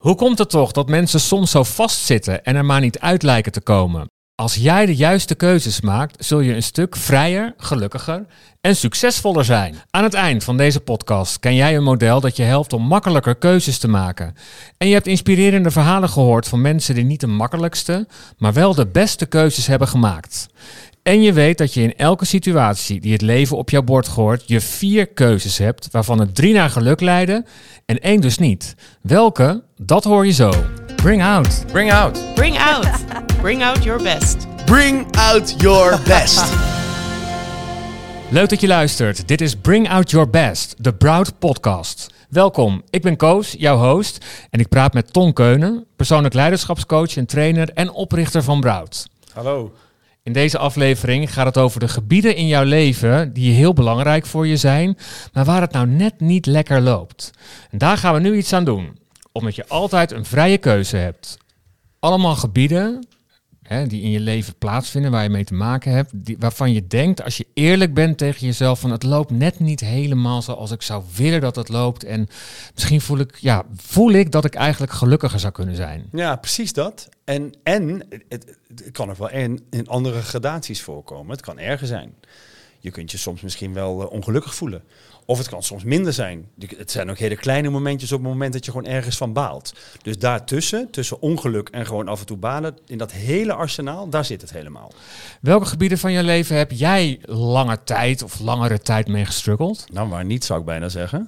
Hoe komt het toch dat mensen soms zo vastzitten en er maar niet uit lijken te komen? Als jij de juiste keuzes maakt, zul je een stuk vrijer, gelukkiger en succesvoller zijn. Aan het eind van deze podcast ken jij een model dat je helpt om makkelijker keuzes te maken. En je hebt inspirerende verhalen gehoord van mensen die niet de makkelijkste, maar wel de beste keuzes hebben gemaakt. En je weet dat je in elke situatie die het leven op jouw bord gooit, je 4 keuzes hebt, waarvan er 3 naar geluk leiden en 1 dus niet. Welke? Dat hoor je zo. Bring out. Bring out. Bring out. Bring out your best. Bring out your best. Leuk dat je luistert. Dit is Bring Out Your Best, de Broud podcast. Welkom, ik ben Koos, jouw host, en ik praat met Ton Keunen, persoonlijk leiderschapscoach en trainer en oprichter van Broud. Hallo. In deze aflevering gaat het over de gebieden in jouw leven die heel belangrijk voor je zijn, maar waar het nou net niet lekker loopt. En daar gaan we nu iets aan doen, omdat je altijd een vrije keuze hebt. Allemaal gebieden die in je leven plaatsvinden, waar je mee te maken hebt, waarvan je denkt, als je eerlijk bent tegen jezelf, van het loopt net niet helemaal zoals ik zou willen dat het loopt. En misschien voel ik dat ik eigenlijk gelukkiger zou kunnen zijn. Ja, precies dat. En het kan ook wel in andere gradaties voorkomen. Het kan erger zijn. Je kunt je soms misschien wel ongelukkig voelen. Of het kan soms minder zijn. Het zijn ook hele kleine momentjes op het moment dat je gewoon ergens van baalt. Dus daartussen, tussen ongeluk en gewoon af en toe balen, in dat hele arsenaal, daar zit het helemaal. Welke gebieden van je leven heb jij langere tijd mee gestruggeld? Nou, waar niet, zou ik bijna zeggen.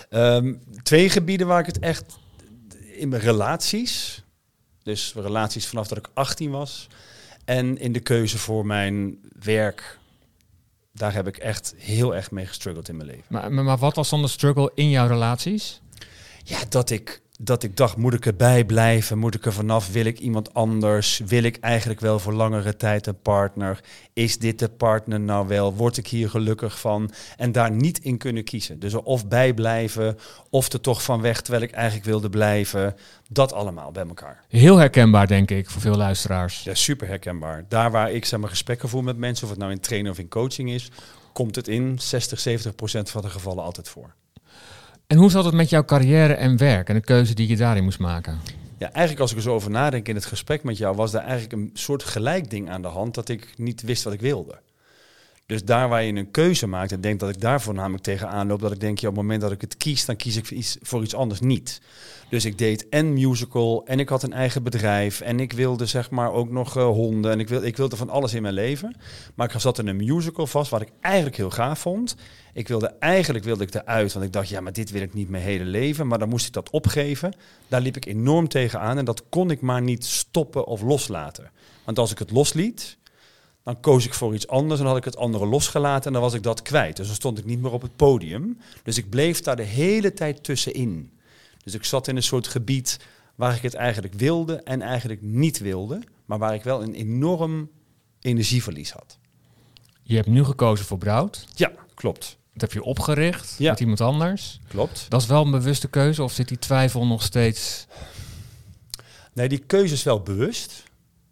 2 gebieden waar ik het echt in mijn relaties. Dus relaties vanaf dat ik 18 was. En in de keuze voor mijn werk. Daar heb ik echt heel erg mee gestruggeld in mijn leven. Maar wat was dan de struggle in jouw relaties? Ja, dat ik dacht, moet ik erbij blijven? Moet ik er vanaf? Wil ik iemand anders? Wil ik eigenlijk wel voor langere tijd een partner? Is dit de partner nou wel? Word ik hier gelukkig van? En daar niet in kunnen kiezen. Dus er of bij blijven, of er toch van weg terwijl ik eigenlijk wilde blijven. Dat allemaal bij elkaar. Heel herkenbaar, denk ik, voor veel luisteraars. Ja, super herkenbaar. Daar waar ik gesprekken voer met mensen, of het nou in trainen of in coaching is, komt het in 60-70% van de gevallen altijd voor. En hoe zat het met jouw carrière en werk en de keuze die je daarin moest maken? Ja, eigenlijk als ik er zo over nadenk in het gesprek met jou, was daar eigenlijk een soort gelijk ding aan de hand dat ik niet wist wat ik wilde. Dus daar waar je een keuze maakt, en denk dat ik daar voornamelijk tegenaan loop, dat ik denk, ja, op het moment dat ik het kies, dan kies ik voor iets anders niet. Dus ik deed en musical, en ik had een eigen bedrijf, en ik wilde ook nog honden, en ik wilde van alles in mijn leven. Maar ik zat in een musical vast, wat ik eigenlijk heel gaaf vond. Eigenlijk wilde ik eruit, want ik dacht, ja, maar dit wil ik niet mijn hele leven. Maar dan moest ik dat opgeven. Daar liep ik enorm tegenaan en dat kon ik maar niet stoppen of loslaten. Want als ik het losliet, dan koos ik voor iets anders en had ik het andere losgelaten en dan was ik dat kwijt. Dus dan stond ik niet meer op het podium. Dus ik bleef daar de hele tijd tussenin. Dus ik zat in een soort gebied waar ik het eigenlijk wilde en eigenlijk niet wilde. Maar waar ik wel een enorm energieverlies had. Je hebt nu gekozen voor Broud. Ja, klopt. Dat heb je opgericht met iemand anders. Klopt. Dat is wel een bewuste keuze of zit die twijfel nog steeds? Nee, die keuze is wel bewust.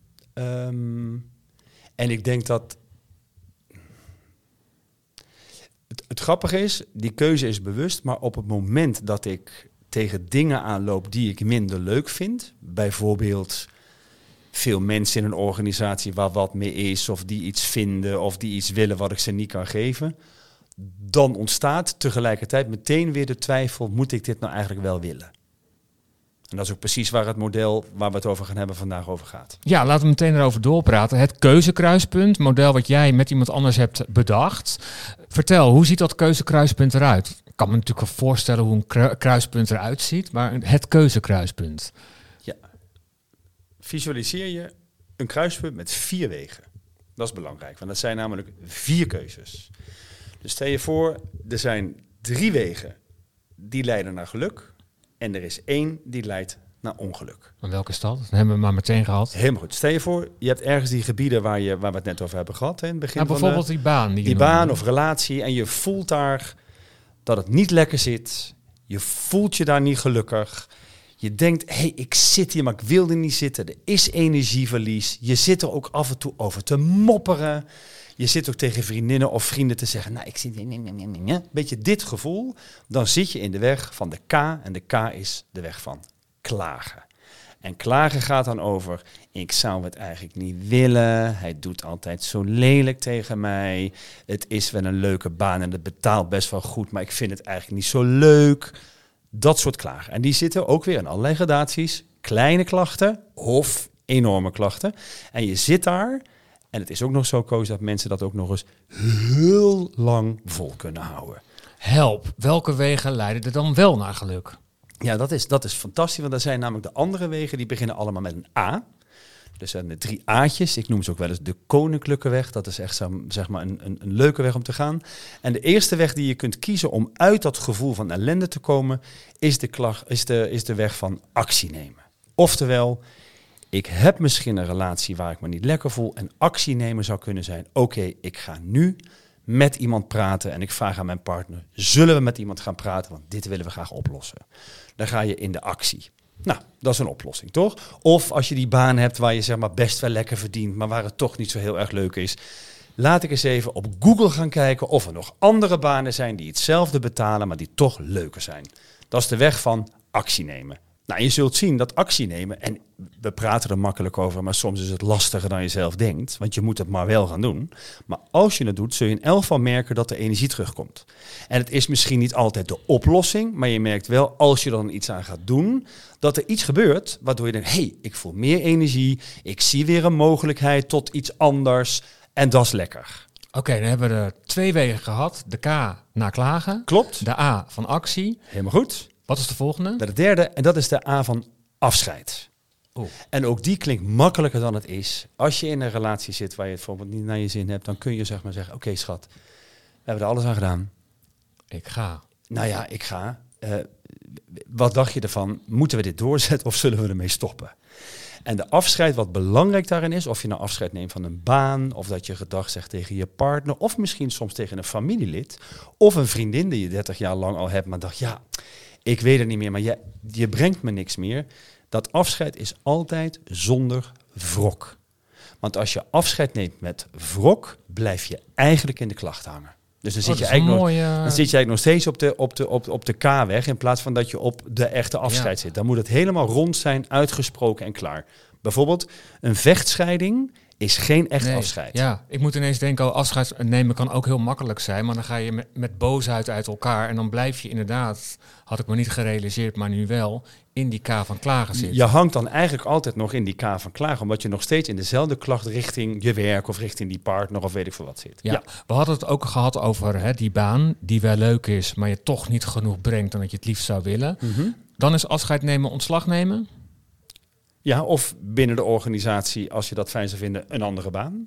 En ik denk dat het grappige is, die keuze is bewust, maar op het moment dat ik tegen dingen aanloop die ik minder leuk vind, bijvoorbeeld veel mensen in een organisatie waar wat mee is, of die iets vinden, of die iets willen wat ik ze niet kan geven, dan ontstaat tegelijkertijd meteen weer de twijfel, moet ik dit nou eigenlijk wel willen? En dat is ook precies waar het model waar we het over gaan hebben vandaag over gaat. Ja, laten we meteen erover doorpraten. Het keuzekruispunt, model wat jij met iemand anders hebt bedacht. Vertel, hoe ziet dat keuzekruispunt eruit? Ik kan me natuurlijk wel voorstellen hoe een kruispunt eruit ziet, maar het keuzekruispunt. Ja, visualiseer je een kruispunt met 4 wegen. Dat is belangrijk, want dat zijn namelijk 4 keuzes. Dus stel je voor, er zijn 3 wegen die leiden naar geluk. En er is 1 die leidt naar ongeluk. Maar welke is dat? Dat hebben we maar meteen gehad. Helemaal goed. Stel je voor, je hebt ergens die gebieden waar we het net over hebben gehad. Hè, in het begin bijvoorbeeld die baan. Die baan of relatie. En je voelt daar dat het niet lekker zit. Je voelt je daar niet gelukkig. Je denkt, ik zit hier, maar ik wil er niet zitten. Er is energieverlies. Je zit er ook af en toe over te mopperen. Je zit ook tegen vriendinnen of vrienden te zeggen, nou, ik zit... Beetje dit gevoel, dan zit je in de weg van de K en de K is de weg van klagen. En klagen gaat dan over, ik zou het eigenlijk niet willen. Hij doet altijd zo lelijk tegen mij. Het is wel een leuke baan en het betaalt best wel goed, maar ik vind het eigenlijk niet zo leuk. Dat soort klagen. En die zitten ook weer in allerlei gradaties. Kleine klachten of enorme klachten. En je zit daar, en het is ook nog zo, Koos, dat mensen dat ook nog eens heel lang vol kunnen houden. Help, welke wegen leiden er dan wel naar geluk? Ja, dat is fantastisch, want dat zijn namelijk de andere wegen, die beginnen allemaal met een A. Dus zijn de 3 A'tjes. Ik noem ze ook wel eens de koninklijke weg. Dat is echt zeg maar een leuke weg om te gaan. En de eerste weg die je kunt kiezen om uit dat gevoel van ellende te komen, is de weg van actie nemen. Oftewel, ik heb misschien een relatie waar ik me niet lekker voel. En actie nemen zou kunnen zijn, oké, ik ga nu met iemand praten en ik vraag aan mijn partner, zullen we met iemand gaan praten? Want dit willen we graag oplossen. Dan ga je in de actie. Nou, dat is een oplossing, toch? Of als je die baan hebt waar je zeg maar best wel lekker verdient, maar waar het toch niet zo heel erg leuk is. Laat ik eens even op Google gaan kijken of er nog andere banen zijn die hetzelfde betalen, maar die toch leuker zijn. Dat is de weg van actie nemen. Nou, je zult zien dat actie nemen, en we praten er makkelijk over, maar soms is het lastiger dan je zelf denkt, want je moet het maar wel gaan doen. Maar als je het doet, zul je in elk geval merken dat de energie terugkomt. En het is misschien niet altijd de oplossing, maar je merkt wel, als je dan iets aan gaat doen, dat er iets gebeurt, waardoor je denkt, hey, ik voel meer energie, ik zie weer een mogelijkheid tot iets anders, en dat is lekker. Oké, dan hebben we er 2 wegen gehad. De K naar klagen. Klopt. De A van actie. Helemaal goed. Wat is de volgende? De derde, en dat is de A van afscheid. Oeh. En ook die klinkt makkelijker dan het is. Als je in een relatie zit waar je het bijvoorbeeld niet naar je zin hebt, dan kun je zeg maar zeggen, oké, schat, we hebben er alles aan gedaan. Ik ga. Nou ja, ik ga. Wat dacht je ervan? Moeten we dit doorzetten of zullen we ermee stoppen? En de afscheid, wat belangrijk daarin is, of je nou afscheid neemt van een baan, of dat je gedag zegt tegen je partner, of misschien soms tegen een familielid, of een vriendin die je 30 jaar lang al hebt, maar dacht, ja, ik weet het niet meer, maar je brengt me niks meer. Dat afscheid is altijd zonder wrok. Want als je afscheid neemt met wrok, blijf je eigenlijk in de klacht hangen. Dus dan zit je eigenlijk nog steeds op de K-weg, in plaats van dat je op de echte afscheid zit. Dan moet het helemaal rond zijn, uitgesproken en klaar. Bijvoorbeeld, een vechtscheiding is geen echt afscheid. Ja, ik moet ineens denken, afscheid nemen kan ook heel makkelijk zijn, maar dan ga je met boosheid uit elkaar en dan blijf je inderdaad, had ik me niet gerealiseerd, maar nu wel, in die K van klagen zitten. Je hangt dan eigenlijk altijd nog in die K van klagen, omdat je nog steeds in dezelfde klacht richting je werk of richting die partner of weet ik veel wat zit. Ja. We hadden het ook gehad over die baan die wel leuk is, maar je toch niet genoeg brengt dan dat je het liefst zou willen. Mm-hmm. Dan is afscheid nemen ontslag nemen? Ja, of binnen de organisatie, als je dat fijn zou vinden, een andere baan.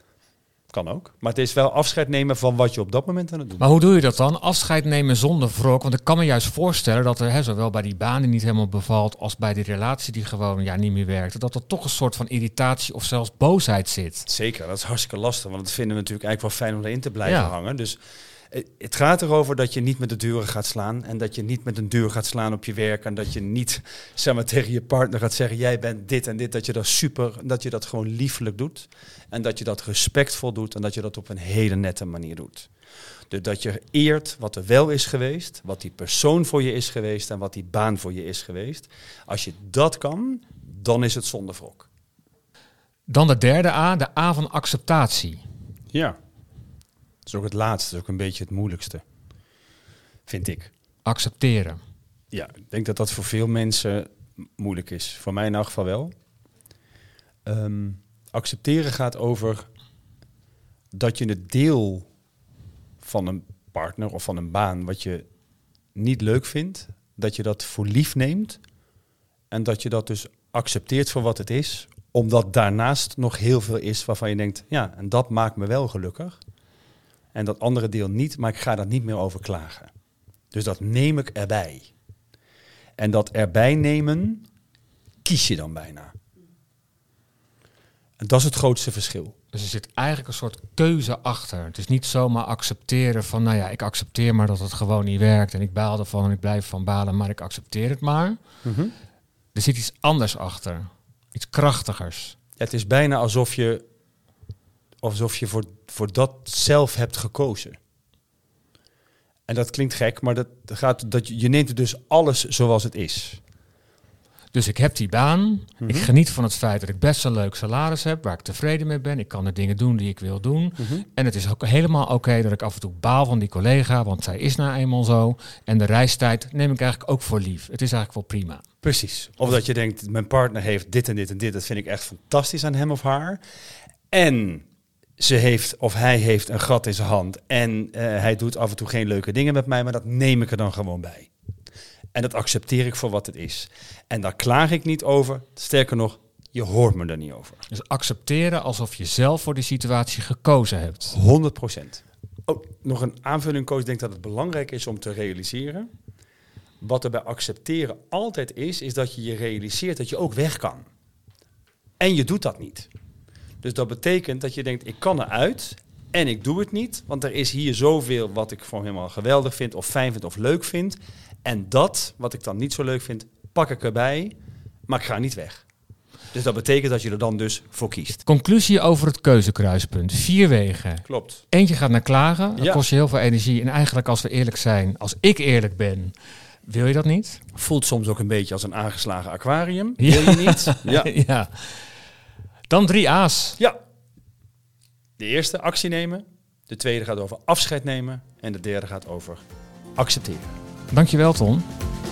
Kan ook. Maar het is wel afscheid nemen van wat je op dat moment aan het doen. Maar hoe doe je dat dan? Afscheid nemen zonder wrok? Want ik kan me juist voorstellen dat er zowel bij die baan die niet helemaal bevalt, als bij die relatie die gewoon niet meer werkt, dat er toch een soort van irritatie of zelfs boosheid zit. Zeker, dat is hartstikke lastig. Want dat vinden we natuurlijk eigenlijk wel fijn om erin te blijven hangen. Dus het gaat erover dat je niet met de deuren gaat slaan. En dat je niet met een deur gaat slaan op je werk. En dat je niet zeg maar, tegen je partner gaat zeggen, jij bent dit en dit. Dat je dat gewoon liefelijk doet. En dat je dat respectvol doet. En dat je dat op een hele nette manier doet. Dus dat je eert wat er wel is geweest. Wat die persoon voor je is geweest. En wat die baan voor je is geweest. Als je dat kan, dan is het zonder wrok. Dan de derde A, de A van acceptatie. Ja. Dat is ook het laatste, dat is ook een beetje het moeilijkste, vind ik. Accepteren. Ja, ik denk dat dat voor veel mensen moeilijk is. Voor mij in elk geval wel. Accepteren gaat over dat je het deel van een partner of van een baan wat je niet leuk vindt, dat je dat voor lief neemt en dat je dat dus accepteert voor wat het is, omdat daarnaast nog heel veel is waarvan je denkt, ja, en dat maakt me wel gelukkig. En dat andere deel niet, maar ik ga daar niet meer over klagen. Dus dat neem ik erbij. En dat erbij nemen, kies je dan bijna. En dat is het grootste verschil. Dus er zit eigenlijk een soort keuze achter. Het is niet zomaar accepteren van, ik accepteer maar dat het gewoon niet werkt. En ik baal ervan en ik blijf van balen, maar ik accepteer het maar. Mm-hmm. Er zit iets anders achter. Iets krachtigers. Ja, het is bijna alsof je voor dat zelf hebt gekozen. En dat klinkt gek, maar je neemt het dus alles zoals het is. Dus ik heb die baan. Ik geniet van het feit dat ik best een leuk salaris heb, waar ik tevreden mee ben. Ik kan de dingen doen die ik wil doen. En het is ook helemaal oké dat ik af en toe baal van die collega, want zij is nou eenmaal zo. En de reistijd neem ik eigenlijk ook voor lief. Het is eigenlijk wel prima. Precies. Of dat je denkt, mijn partner heeft dit en dit en dit. Dat vind ik echt fantastisch aan hem of haar. En ze heeft of hij heeft een gat in zijn hand. En hij doet af en toe geen leuke dingen met mij, maar dat neem ik er dan gewoon bij. En dat accepteer ik voor wat het is. En daar klaag ik niet over. Sterker nog, je hoort me er niet over. Dus accepteren alsof je zelf voor die situatie gekozen hebt. 100%. Oh, nog een aanvulling, coach. Ik denk dat het belangrijk is om te realiseren. Wat er bij accepteren altijd is dat je je realiseert dat je ook weg kan. En je doet dat niet. Dus dat betekent dat je denkt, ik kan eruit en ik doe het niet. Want er is hier zoveel wat ik van helemaal geweldig vind of fijn vind of leuk vind. En dat, wat ik dan niet zo leuk vind, pak ik erbij, maar ik ga niet weg. Dus dat betekent dat je er dan dus voor kiest. Conclusie over het keuzekruispunt. 4 wegen. Klopt. Eentje gaat naar klagen. Dat Ja. kost je heel veel energie. En eigenlijk als we eerlijk zijn, als ik eerlijk ben, wil je dat niet? Voelt soms ook een beetje als een aangeslagen aquarium. Ja. Wil je niet? Ja. Ja. Dan 3 A's. Ja. De eerste, actie nemen. De tweede gaat over afscheid nemen. En de derde gaat over accepteren. Dankjewel, Ton.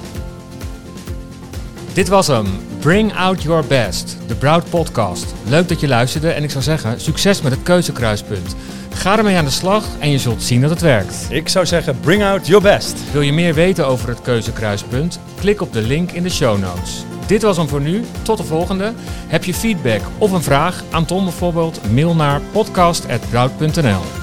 Dit was hem. Bring Out Your Best, de Broud Podcast. Leuk dat je luisterde en ik zou zeggen, succes met het keuzekruispunt. Ga ermee aan de slag en je zult zien dat het werkt. Ik zou zeggen, bring out your best. Wil je meer weten over het keuzekruispunt? Klik op de link in de show notes. Dit was hem voor nu. Tot de volgende. Heb je feedback of een vraag aan Ton bijvoorbeeld? Mail naar podcast@broud.nl.